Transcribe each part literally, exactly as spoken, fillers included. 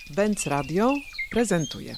Benz Radio prezentuje.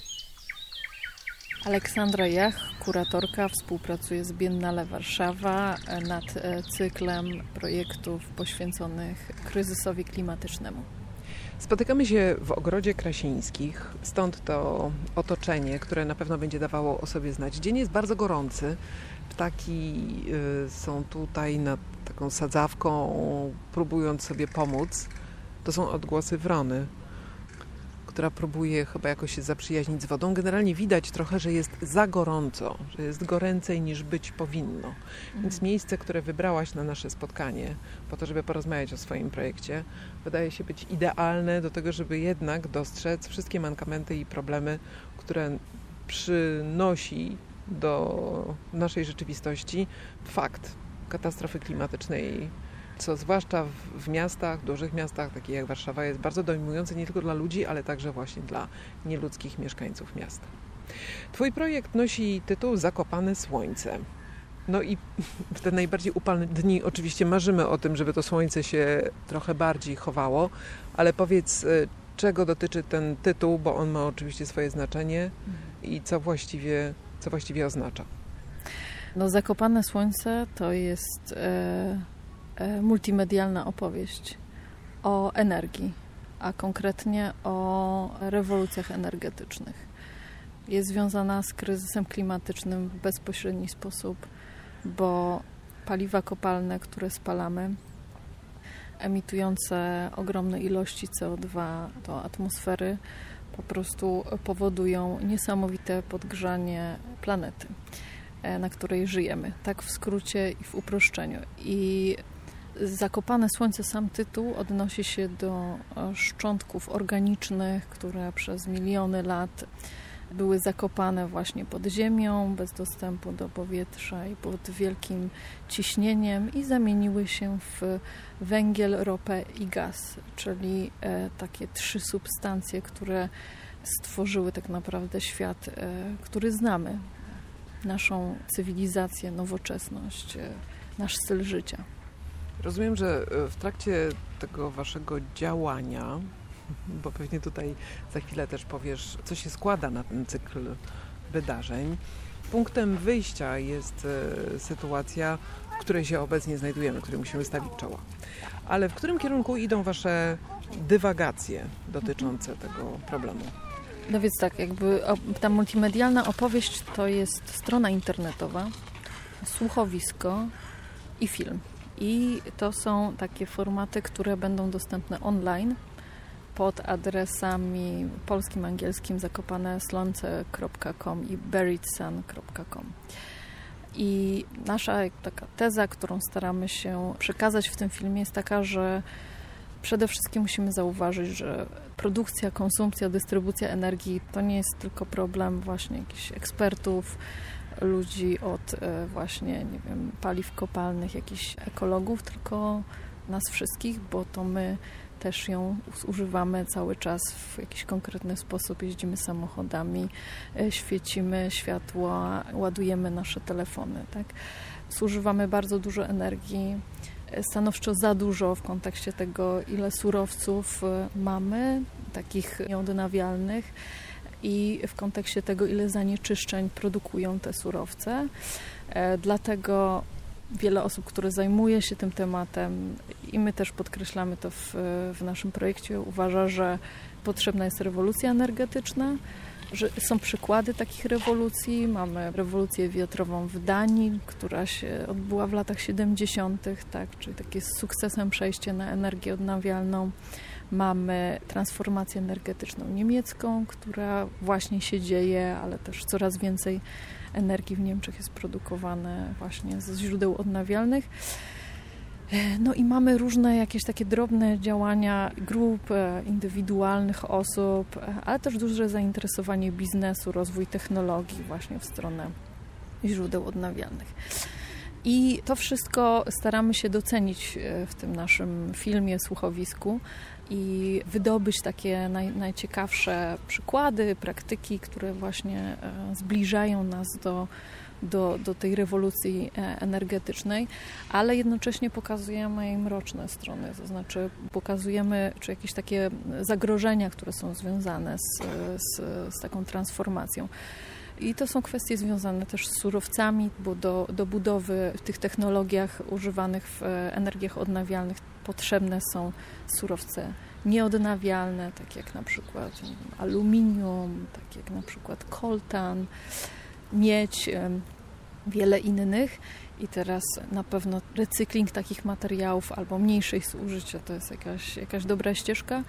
Aleksandra Jach, kuratorka, współpracuje z Biennale Warszawa nad cyklem projektów poświęconych kryzysowi klimatycznemu. Spotykamy się w Ogrodzie Krasińskich, stąd to otoczenie, które na pewno będzie dawało o sobie znać. Dzień jest bardzo gorący, ptaki y, są tutaj nad taką sadzawką, próbując sobie pomóc. To są odgłosy wrony, która próbuje chyba jakoś się zaprzyjaźnić z wodą. Generalnie widać trochę, że jest za gorąco, że jest goręcej niż być powinno. Mhm. Więc miejsce, które wybrałaś na nasze spotkanie, po to, żeby porozmawiać o swoim projekcie, wydaje się być idealne do tego, żeby jednak dostrzec wszystkie mankamenty i problemy, które przynosi do naszej rzeczywistości fakt katastrofy klimatycznej, co zwłaszcza w, w miastach, dużych miastach, takich jak Warszawa, jest bardzo dojmujące nie tylko dla ludzi, ale także właśnie dla nieludzkich mieszkańców miasta. Twój projekt nosi tytuł Zakopane Słońce. No i w te najbardziej upalne dni oczywiście marzymy o tym, żeby to słońce się trochę bardziej chowało, ale powiedz, czego dotyczy ten tytuł, bo on ma oczywiście swoje znaczenie i co właściwie, co właściwie oznacza. No, Zakopane Słońce to jest e, e, multimedialna opowieść o energii, a konkretnie o rewolucjach energetycznych. Jest związana z kryzysem klimatycznym w bezpośredni sposób, bo paliwa kopalne, które spalamy, emitujące ogromne ilości C O dwa do atmosfery, po prostu powodują niesamowite podgrzanie planety, na której żyjemy. Tak w skrócie i w uproszczeniu. I Zakopane Słońce, sam tytuł, odnosi się do szczątków organicznych, które przez miliony lat były zakopane właśnie pod ziemią, bez dostępu do powietrza i pod wielkim ciśnieniem i zamieniły się w węgiel, ropę i gaz, czyli e, takie trzy substancje, które stworzyły tak naprawdę świat, e, który znamy. Naszą cywilizację, nowoczesność, e, nasz styl życia. Rozumiem, że w trakcie tego waszego działania, bo pewnie tutaj za chwilę też powiesz, co się składa na ten cykl wydarzeń, punktem wyjścia jest e, sytuacja, w której się obecnie znajdujemy, w której musimy stawić czoła. Ale w którym kierunku idą wasze dywagacje dotyczące tego problemu? No więc tak, jakby ta multimedialna opowieść to jest strona internetowa, słuchowisko i film. I to są takie formaty, które będą dostępne online pod adresami polskim, angielskim zakopane słońce kropka com i buried sun kropka com. I nasza taka teza, którą staramy się przekazać w tym filmie, jest taka, że przede wszystkim musimy zauważyć, że produkcja, konsumpcja, dystrybucja energii to nie jest tylko problem właśnie jakichś ekspertów, ludzi od właśnie, nie wiem, paliw kopalnych, jakichś ekologów, tylko nas wszystkich, bo to my też ją używamy cały czas w jakiś konkretny sposób, jeździmy samochodami, świecimy światła, ładujemy nasze telefony, tak? Zużywamy bardzo dużo energii, stanowczo za dużo w kontekście tego, ile surowców mamy, takich nieodnawialnych, i w kontekście tego, ile zanieczyszczeń produkują te surowce. E, dlatego wiele osób, które zajmuje się tym tematem, i my też podkreślamy to w, w naszym projekcie, uważa, że potrzebna jest rewolucja energetyczna, że są przykłady takich rewolucji. Mamy rewolucję wiatrową w Danii, która się odbyła w latach siedemdziesiątych, tak, czyli takie z sukcesem przejście na energię odnawialną. Mamy transformację energetyczną niemiecką, która właśnie się dzieje, ale też coraz więcej energii w Niemczech jest produkowane właśnie ze źródeł odnawialnych. No i mamy różne jakieś takie drobne działania grup, indywidualnych osób, ale też duże zainteresowanie biznesu, rozwój technologii właśnie w stronę źródeł odnawialnych. I to wszystko staramy się docenić w tym naszym filmie, słuchowisku i wydobyć takie naj, najciekawsze przykłady, praktyki, które właśnie zbliżają nas do do, do tej rewolucji energetycznej, ale jednocześnie pokazujemy jej mroczne strony, to znaczy pokazujemy czy jakieś takie zagrożenia, które są związane z, z, z taką transformacją. I to są kwestie związane też z surowcami, bo do, do budowy w tych technologiach używanych w energiach odnawialnych potrzebne są surowce nieodnawialne, tak jak na przykład aluminium, tak jak na przykład koltan, miedź, wiele innych. I teraz na pewno recykling takich materiałów albo mniejsze ich zużycie to jest jakaś, jakaś dobra ścieżka.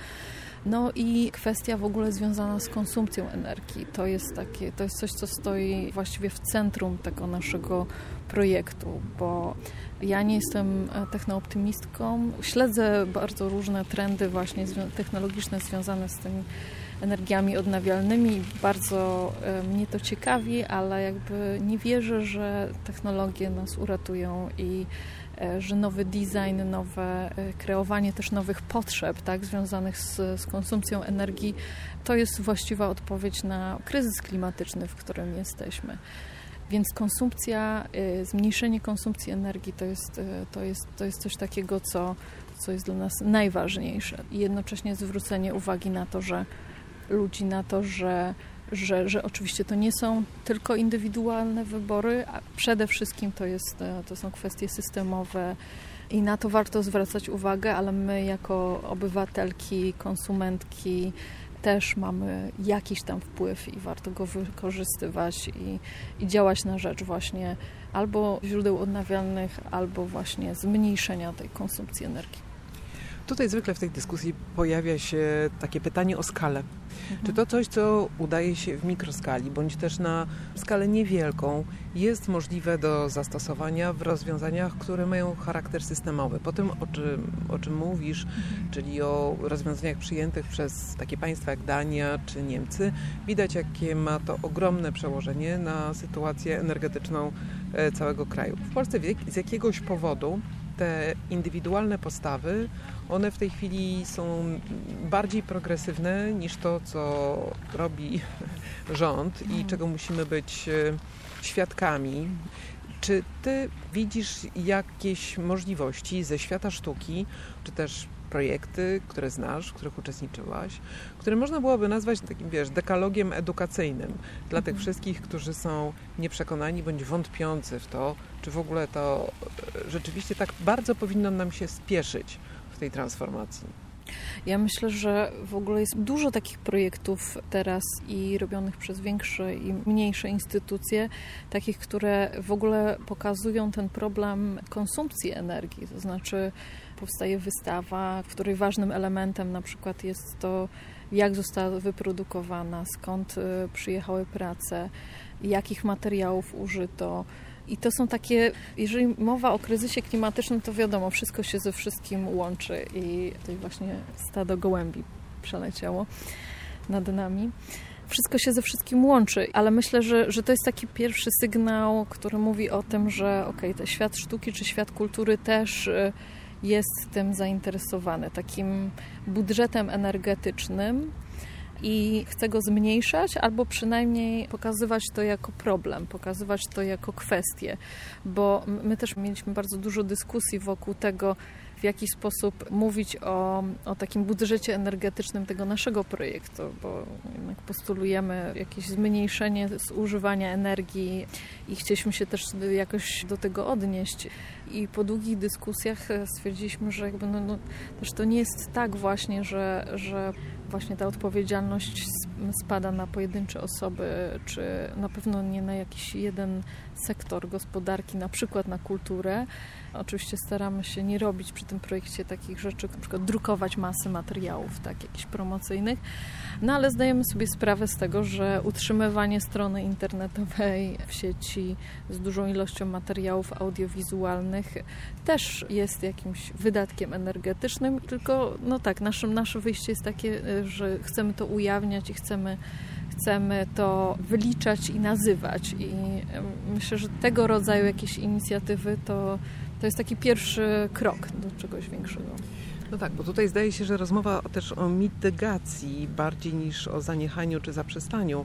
No i kwestia w ogóle związana z konsumpcją energii. To jest takie, to jest coś, co stoi właściwie w centrum tego naszego projektu, bo ja nie jestem technooptymistką. Śledzę bardzo różne trendy właśnie technologiczne związane z tymi energiami odnawialnymi. Bardzo mnie to ciekawi, ale jakby nie wierzę, że technologie nas uratują i że nowy design, nowe kreowanie też nowych potrzeb, tak, związanych z, z konsumpcją energii, to jest właściwa odpowiedź na kryzys klimatyczny, w którym jesteśmy. Więc konsumpcja, zmniejszenie konsumpcji energii to jest, to jest, to jest coś takiego, co, co jest dla nas najważniejsze. I jednocześnie zwrócenie uwagi na to, że ludzi na to, że Że, że oczywiście to nie są tylko indywidualne wybory, a przede wszystkim to, jest, to są kwestie systemowe i na to warto zwracać uwagę, ale my jako obywatelki, konsumentki też mamy jakiś tam wpływ i warto go wykorzystywać i, i działać na rzecz właśnie albo źródeł odnawialnych, albo właśnie zmniejszenia tej konsumpcji energii. Tutaj zwykle w tej dyskusji pojawia się takie pytanie o skalę. Mhm. Czy to coś, co udaje się w mikroskali, bądź też na skalę niewielką, jest możliwe do zastosowania w rozwiązaniach, które mają charakter systemowy? Po tym, o czym, o czym mówisz, mhm. czyli o rozwiązaniach przyjętych przez takie państwa jak Dania czy Niemcy, widać, jakie ma to ogromne przełożenie na sytuację energetyczną całego kraju. W Polsce z jakiegoś powodu te indywidualne postawy, one w tej chwili są bardziej progresywne niż to, co robi rząd i czego musimy być świadkami. Czy ty widzisz jakieś możliwości ze świata sztuki, czy też projekty, które znasz, w których uczestniczyłaś, które można byłoby nazwać takim, wiesz, dekalogiem edukacyjnym dla mhm. tych wszystkich, którzy są nieprzekonani bądź wątpiący w to, czy w ogóle to rzeczywiście tak bardzo powinno nam się spieszyć w tej transformacji. Ja myślę, że w ogóle jest dużo takich projektów teraz i robionych przez większe i mniejsze instytucje, takich, które w ogóle pokazują ten problem konsumpcji energii, to znaczy powstaje wystawa, w której ważnym elementem na przykład jest to, jak została wyprodukowana, skąd przyjechały prace, jakich materiałów użyto. I to są takie, jeżeli mowa o kryzysie klimatycznym, to wiadomo, wszystko się ze wszystkim łączy i tutaj właśnie stado gołębi przeleciało nad nami. Wszystko się ze wszystkim łączy, ale myślę, że, że to jest taki pierwszy sygnał, który mówi o tym, że okej, ten świat sztuki czy świat kultury też jest tym zainteresowany, takim budżetem energetycznym i chce go zmniejszać albo przynajmniej pokazywać to jako problem, pokazywać to jako kwestię, bo my też mieliśmy bardzo dużo dyskusji wokół tego, w jaki sposób mówić o, o takim budżecie energetycznym tego naszego projektu, bo jednak postulujemy jakieś zmniejszenie zużywania energii i chcieliśmy się też jakoś do tego odnieść. I po długich dyskusjach stwierdziliśmy, że jakby no, no, też to nie jest tak właśnie, że, że właśnie ta odpowiedzialność spada na pojedyncze osoby, czy na pewno nie na jakiś jeden sektor gospodarki, na przykład na kulturę. Oczywiście staramy się nie robić przy tym projekcie takich rzeczy, na przykład drukować masy materiałów, tak, jakichś promocyjnych, no ale zdajemy sobie sprawę z tego, że utrzymywanie strony internetowej w sieci z dużą ilością materiałów audiowizualnych też jest jakimś wydatkiem energetycznym, tylko no tak, naszym, nasze wyjście jest takie, że chcemy to ujawniać i chcemy Chcemy to wyliczać i nazywać i myślę, że tego rodzaju jakieś inicjatywy to, to jest taki pierwszy krok do czegoś większego. No tak, bo tutaj zdaje się, że rozmowa też o mitygacji bardziej niż o zaniechaniu czy zaprzestaniu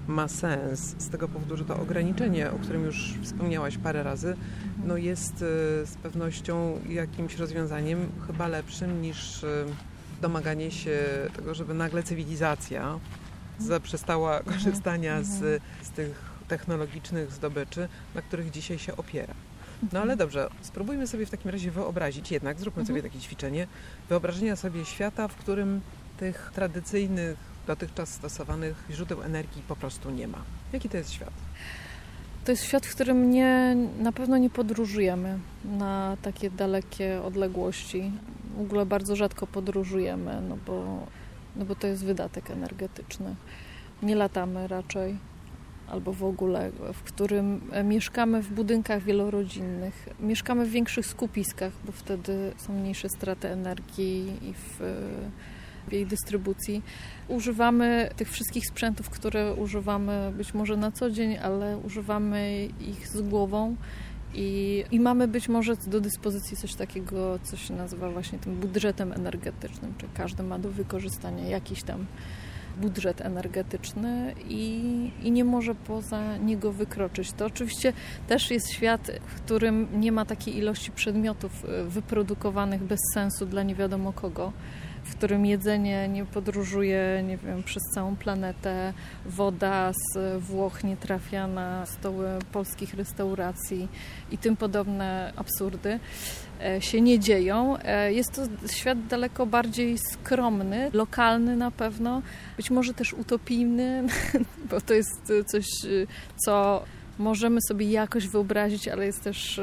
ma sens z tego powodu, że to ograniczenie, o którym już wspomniałaś parę razy, no jest z pewnością jakimś rozwiązaniem chyba lepszym niż domaganie się tego, żeby nagle cywilizacja zaprzestała korzystania z, z tych technologicznych zdobyczy, na których dzisiaj się opiera. No ale dobrze, spróbujmy sobie w takim razie wyobrazić, jednak zróbmy sobie takie ćwiczenie, wyobrażenia sobie świata, w którym tych tradycyjnych, dotychczas stosowanych źródeł energii po prostu nie ma. Jaki to jest świat? To jest świat, w którym nie, na pewno nie podróżujemy na takie dalekie odległości. W ogóle bardzo rzadko podróżujemy, no bo, no bo to jest wydatek energetyczny. Nie latamy raczej, albo w ogóle, w którym mieszkamy w budynkach wielorodzinnych. Mieszkamy w większych skupiskach, bo wtedy są mniejsze straty energii i w, w jej dystrybucji. Używamy tych wszystkich sprzętów, które używamy być może na co dzień, ale używamy ich z głową i, i mamy być może do dyspozycji coś takiego, co się nazywa właśnie tym budżetem energetycznym, czy każdy ma do wykorzystania jakiś tam budżet energetyczny i, i nie może poza niego wykroczyć. To oczywiście też jest świat, w którym nie ma takiej ilości przedmiotów wyprodukowanych bez sensu dla nie wiadomo kogo, w którym jedzenie nie podróżuje, nie wiem, przez całą planetę, woda z Włoch nie trafia na stoły polskich restauracji i tym podobne absurdy się nie dzieją. Jest to świat daleko bardziej skromny, lokalny na pewno, być może też utopijny, bo to jest coś, co możemy sobie jakoś wyobrazić, ale jest też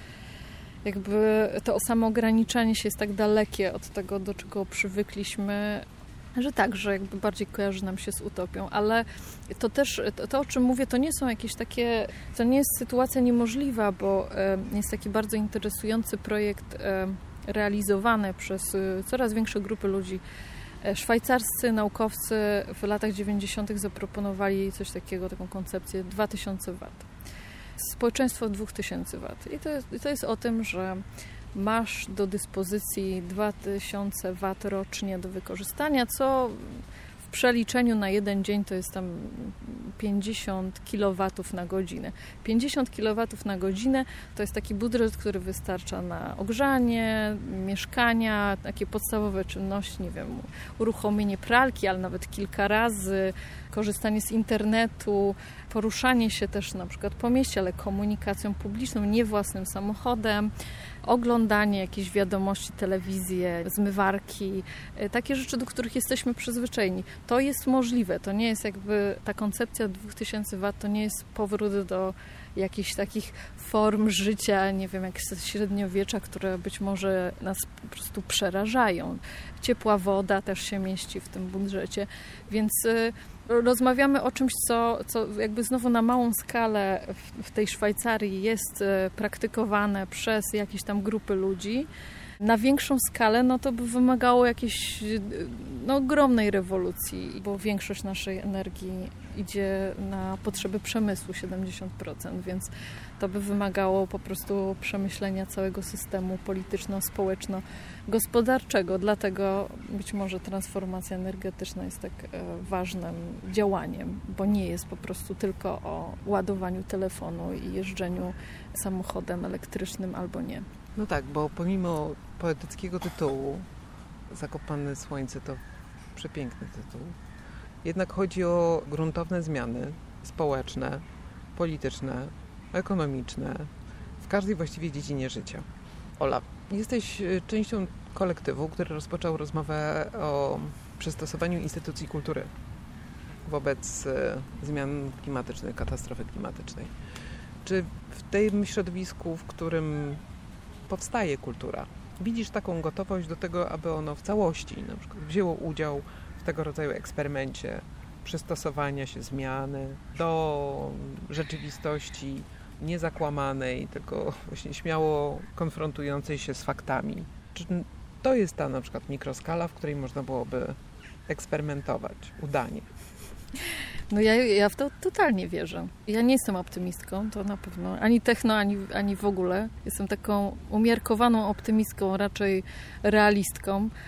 jakby to samo ograniczanie się jest tak dalekie od tego, do czego przywykliśmy, że tak, że jakby bardziej kojarzy nam się z utopią, ale to też, to, to o czym mówię, to nie są jakieś takie, to nie jest sytuacja niemożliwa, bo jest taki bardzo interesujący projekt realizowany przez coraz większe grupy ludzi. Szwajcarscy naukowcy w latach dziewięćdziesiątych zaproponowali coś takiego, taką koncepcję dwa tysiące watów. Społeczeństwo dwa tysiące watów. I to jest, to jest o tym, że masz do dyspozycji dwa tysiące watów rocznie do wykorzystania, co w przeliczeniu na jeden dzień to jest tam pięćdziesiąt kilowatów na godzinę. pięćdziesiąt kilowatów na godzinę to jest taki budżet, który wystarcza na ogrzanie, mieszkania, takie podstawowe czynności, nie wiem, uruchomienie pralki, ale nawet kilka razy, korzystanie z internetu, poruszanie się też na przykład po mieście, ale komunikacją publiczną, nie własnym samochodem, oglądanie jakichś wiadomości, telewizję, zmywarki, takie rzeczy, do których jesteśmy przyzwyczajeni. To jest możliwe, to nie jest jakby ta koncepcja dwa tysiące watów, to nie jest powrót do jakichś takich form życia, nie wiem, jak z średniowiecza, które być może nas po prostu przerażają. Ciepła woda też się mieści w tym budżecie, więc rozmawiamy o czymś, co, co jakby znowu na małą skalę w tej Szwajcarii jest praktykowane przez jakieś tam grupy ludzi. Na większą skalę no to by wymagało jakiejś no, ogromnej rewolucji, bo większość naszej energii idzie na potrzeby przemysłu, siedemdziesiąt procent, więc to by wymagało po prostu przemyślenia całego systemu polityczno-społeczno-gospodarczego. Dlatego być może transformacja energetyczna jest tak ważnym działaniem, bo nie jest po prostu tylko o ładowaniu telefonu i jeżdżeniu samochodem elektrycznym albo nie. No tak, bo pomimo poetyckiego tytułu Zakopane Słońce to przepiękny tytuł. Jednak chodzi o gruntowne zmiany społeczne, polityczne, ekonomiczne, w każdej właściwie dziedzinie życia. Ola, jesteś częścią kolektywu, który rozpoczął rozmowę o przystosowaniu instytucji kultury wobec zmian klimatycznych, katastrofy klimatycznej. Czy w tym środowisku, w którym powstaje kultura, widzisz taką gotowość do tego, aby ono w całości na przykład wzięło udział w tego rodzaju eksperymencie przystosowania się zmiany do rzeczywistości niezakłamanej, tylko właśnie śmiało konfrontującej się z faktami? Czy to jest ta na przykład mikroskala, w której można byłoby eksperymentować udanie? No ja, ja w to totalnie wierzę. Ja nie jestem optymistką, to na pewno. Ani techno, ani, ani w ogóle. Jestem taką umiarkowaną optymistką, raczej realistką.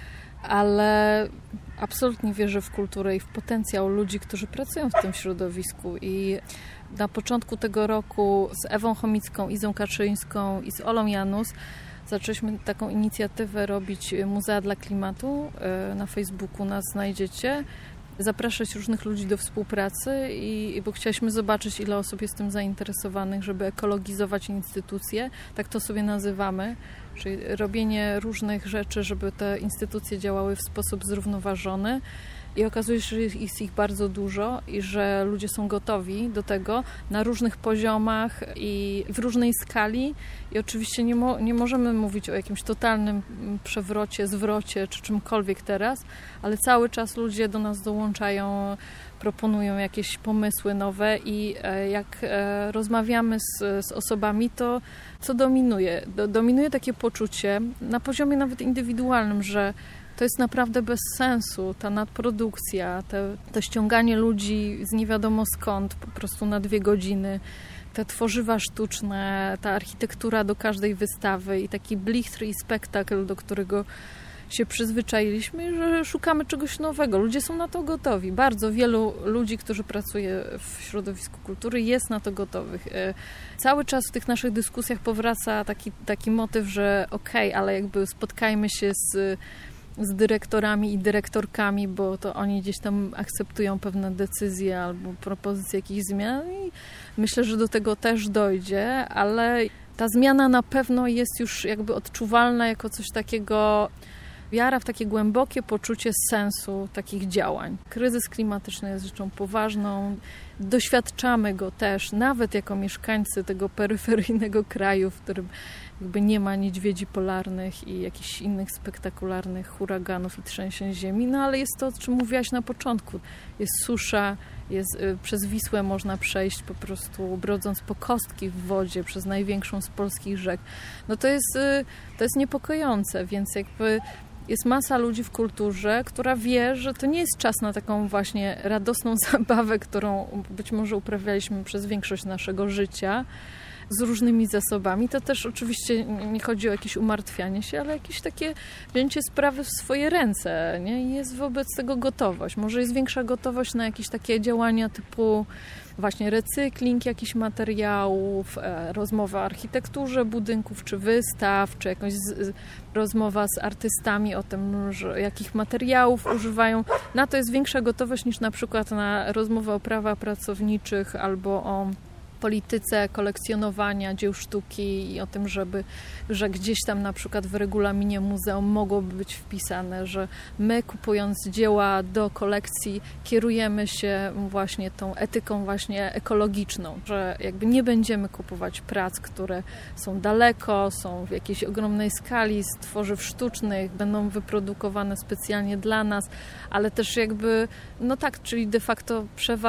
ale absolutnie wierzę w kulturę i w potencjał ludzi, którzy pracują w tym środowisku. I na początku tego roku z Ewą Chomicką, Izą Kaczyńską i z Olą Janus zaczęliśmy taką inicjatywę robić Muzea dla Klimatu. Na Facebooku nas znajdziecie. Zapraszać różnych ludzi do współpracy, i, bo chcieliśmy zobaczyć, ile osób jest tym zainteresowanych, żeby ekologizować instytucje. Tak to sobie nazywamy. Czyli robienie różnych rzeczy, żeby te instytucje działały w sposób zrównoważony. I okazuje się, że jest ich bardzo dużo i że ludzie są gotowi do tego na różnych poziomach i w różnej skali. I oczywiście nie, mo- nie możemy mówić o jakimś totalnym przewrocie, zwrocie czy czymkolwiek teraz, ale cały czas ludzie do nas dołączają, proponują jakieś pomysły nowe i jak rozmawiamy z, z osobami, to co dominuje? Do, dominuje takie poczucie na poziomie nawet indywidualnym, że to jest naprawdę bez sensu, ta nadprodukcja, te, to ściąganie ludzi z nie wiadomo skąd, po prostu na dwie godziny, te tworzywa sztuczne, ta architektura do każdej wystawy i taki blichtr i spektakl, do którego się przyzwyczailiśmy, że szukamy czegoś nowego. Ludzie są na to gotowi. Bardzo wielu ludzi, którzy pracuje w środowisku kultury, jest na to gotowych. Cały czas w tych naszych dyskusjach powraca taki, taki motyw, że okej, okay, ale jakby spotkajmy się z z dyrektorami i dyrektorkami, bo to oni gdzieś tam akceptują pewne decyzje albo propozycje jakichś zmian i myślę, że do tego też dojdzie, ale ta zmiana na pewno jest już jakby odczuwalna jako coś takiego, wiara w takie głębokie poczucie sensu takich działań. Kryzys klimatyczny jest rzeczą poważną, doświadczamy go też, nawet jako mieszkańcy tego peryferyjnego kraju, w którym jakby nie ma niedźwiedzi polarnych i jakichś innych spektakularnych huraganów i trzęsień ziemi, no ale jest to, o czym mówiłaś na początku. Jest susza, jest, przez Wisłę można przejść po prostu brodząc po kostki w wodzie przez największą z polskich rzek. No to jest, to jest niepokojące, więc jakby jest masa ludzi w kulturze, która wie, że to nie jest czas na taką właśnie radosną zabawę, którą być może uprawialiśmy przez większość naszego życia, z różnymi zasobami. To też oczywiście nie chodzi o jakieś umartwianie się, ale jakieś takie wzięcie sprawy w swoje ręce, nie? I jest wobec tego gotowość. Może jest większa gotowość na jakieś takie działania typu właśnie recykling jakichś materiałów, e, rozmowa o architekturze budynków, czy wystaw, czy jakaś z, rozmowa z artystami o tym, że jakich materiałów używają. Na to jest większa gotowość niż na przykład na rozmowę o prawach pracowniczych albo o polityce kolekcjonowania dzieł sztuki i o tym, żeby, że gdzieś tam na przykład w regulaminie muzeum mogłoby być wpisane, że my kupując dzieła do kolekcji kierujemy się właśnie tą etyką właśnie ekologiczną, że jakby nie będziemy kupować prac, które są daleko, są w jakiejś ogromnej skali, z tworzyw sztucznych, będą wyprodukowane specjalnie dla nas, ale też jakby, no tak, czyli de facto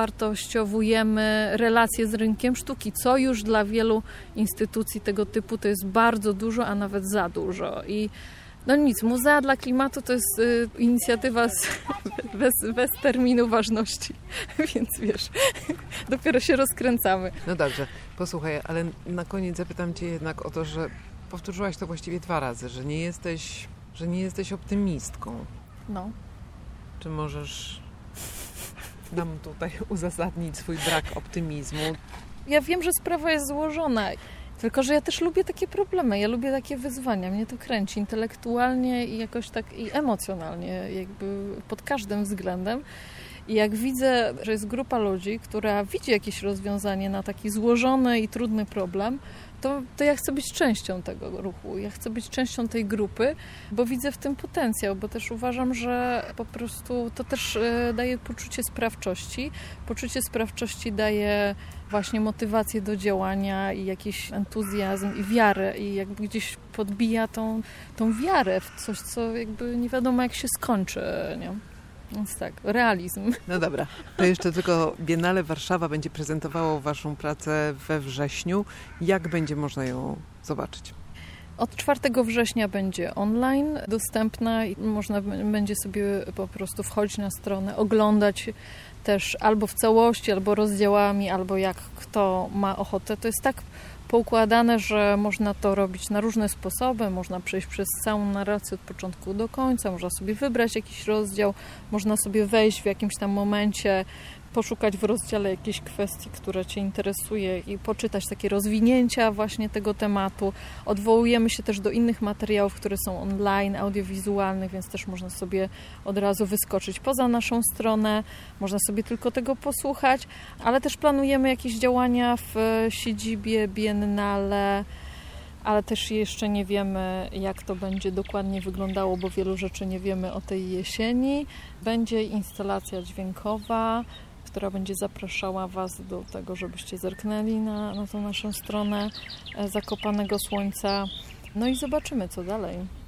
przewartościowujemy relacje z rynkiem sztuki, co już dla wielu instytucji tego typu to jest bardzo dużo, a nawet za dużo. I no nic, Muzea dla Klimatu to jest y, inicjatywa z, bez, bez terminu ważności, więc wiesz, dopiero się rozkręcamy. No dobrze, posłuchaj, ale na koniec zapytam Cię jednak o to, że powtórzyłaś to właściwie dwa razy, że nie jesteś, że nie jesteś optymistką. No. Czy możesz nam tutaj uzasadnić swój brak optymizmu? Ja wiem, że sprawa jest złożona, tylko że ja też lubię takie problemy, ja lubię takie wyzwania, mnie to kręci intelektualnie i jakoś tak i emocjonalnie, jakby pod każdym względem. I jak widzę, że jest grupa ludzi, która widzi jakieś rozwiązanie na taki złożony i trudny problem, to, to ja chcę być częścią tego ruchu, ja chcę być częścią tej grupy, bo widzę w tym potencjał, bo też uważam, że po prostu to też daje poczucie sprawczości. Poczucie sprawczości daje właśnie motywację do działania i jakiś entuzjazm i wiarę i jakby gdzieś podbija tą, tą wiarę w coś, co jakby nie wiadomo jak się skończy, nie? Więc tak, realizm. No dobra, to jeszcze tylko Biennale Warszawa będzie prezentowało Waszą pracę we wrześniu. Jak będzie można ją zobaczyć? Od czwartego września będzie online dostępna i można będzie sobie po prostu wchodzić na stronę, oglądać też albo w całości, albo rozdziałami, albo jak kto ma ochotę. To jest tak poukładane, że można to robić na różne sposoby, można przejść przez całą narrację od początku do końca, można sobie wybrać jakiś rozdział, można sobie wejść w jakimś tam momencie, poszukać w rozdziale jakiejś kwestii, która Cię interesuje i poczytać takie rozwinięcia właśnie tego tematu. Odwołujemy się też do innych materiałów, które są online, audiowizualnych, więc też można sobie od razu wyskoczyć poza naszą stronę, można sobie tylko tego posłuchać, ale też planujemy jakieś działania w siedzibie Biennale, ale też jeszcze nie wiemy, jak to będzie dokładnie wyglądało, bo wielu rzeczy nie wiemy o tej jesieni. Będzie instalacja dźwiękowa, która będzie zapraszała Was do tego, żebyście zerknęli na, na tą naszą stronę Zakopanego Słońca. No i zobaczymy, co dalej.